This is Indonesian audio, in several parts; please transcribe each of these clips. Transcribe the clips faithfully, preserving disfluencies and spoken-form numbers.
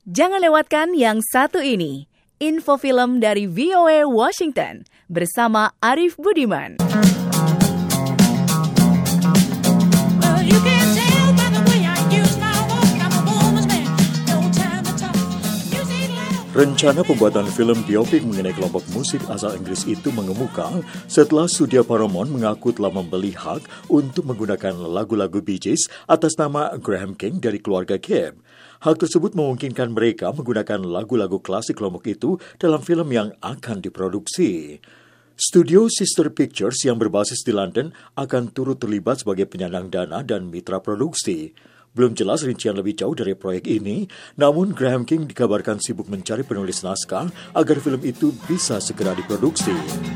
Jangan lewatkan yang satu ini, info film dari V O A Washington bersama Arif Budiman. Rencana pembuatan film biopik mengenai kelompok musik asal Inggris itu mengemuka setelah studio Paramount mengaku telah membeli hak untuk menggunakan lagu-lagu Bee Gees atas nama Graham King dari keluarga Gibb. Hal tersebut memungkinkan mereka menggunakan lagu-lagu klasik kelompok itu dalam film yang akan diproduksi. Studio Sister Pictures yang berbasis di London akan turut terlibat sebagai penyandang dana dan mitra produksi. Belum jelas rincian lebih jauh dari proyek ini, namun Graham King dikabarkan sibuk mencari penulis naskah agar film itu bisa segera diproduksi.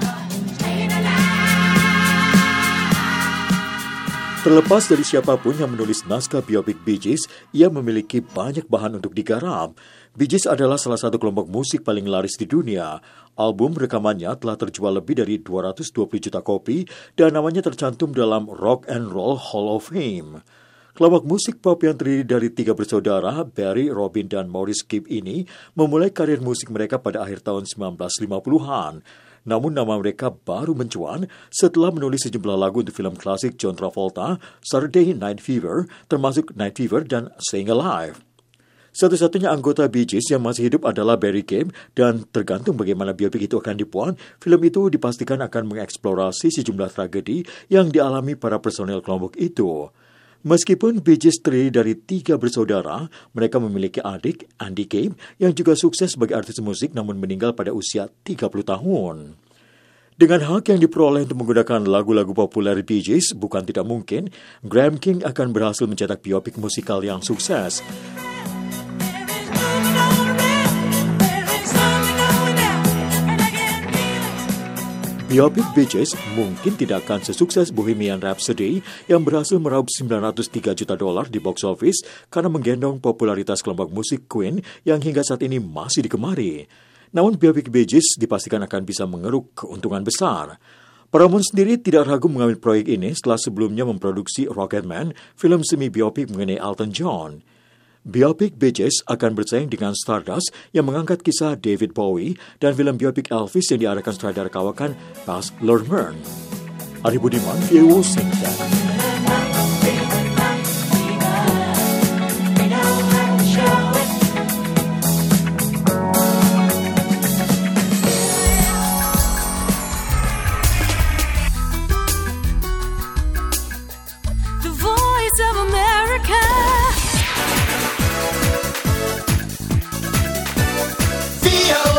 Terlepas dari siapapun yang menulis naskah biopik Bee Gees, ia memiliki banyak bahan untuk digarap. Bee Gees adalah salah satu kelompok musik paling laris di dunia. Album rekamannya telah terjual lebih dari dua ratus dua puluh juta kopi dan namanya tercantum dalam Rock and Roll Hall of Fame. Kelompok musik pop yang terdiri dari tiga bersaudara, Barry, Robin, dan Maurice Gibb ini memulai karir musik mereka pada akhir tahun sembilan belas lima puluhan. Namun nama mereka baru mencuan setelah menulis sejumlah lagu untuk film klasik John Travolta, Saturday Night Fever, termasuk Night Fever dan Staying Alive. Satu-satunya anggota Bee Gees yang masih hidup adalah Barry Gibb, dan tergantung bagaimana biopik itu akan dibuat, film itu dipastikan akan mengeksplorasi sejumlah tragedi yang dialami para personel kelompok itu. Meskipun Bee Gees terdiri dari tiga bersaudara, mereka memiliki adik, Andy Gibb, yang juga sukses sebagai artis musik namun meninggal pada usia tiga puluh tahun. Dengan hak yang diperoleh untuk menggunakan lagu-lagu populer Bee Gees, bukan tidak mungkin, Graham King akan berhasil mencetak biopik musikal yang sukses. Biopik Bee Gees mungkin tidak akan sesukses Bohemian Rhapsody yang berhasil meraup sembilan ratus tiga juta dolar di box office karena menggendong popularitas kelompok musik Queen yang hingga saat ini masih digemari. Namun biopik Bee Gees dipastikan akan bisa mengeruk keuntungan besar. Paramount sendiri tidak ragu mengambil proyek ini setelah sebelumnya memproduksi Rocketman, film semi biopik mengenai Elton John. Biopik Bee Gees akan bersaing dengan Stardust yang mengangkat kisah David Bowie dan film biopik Elvis yang diarahkan sutradara kawakan Baz Luhrmann. Arif Budiman, V O A Washington. The Voice of America. V O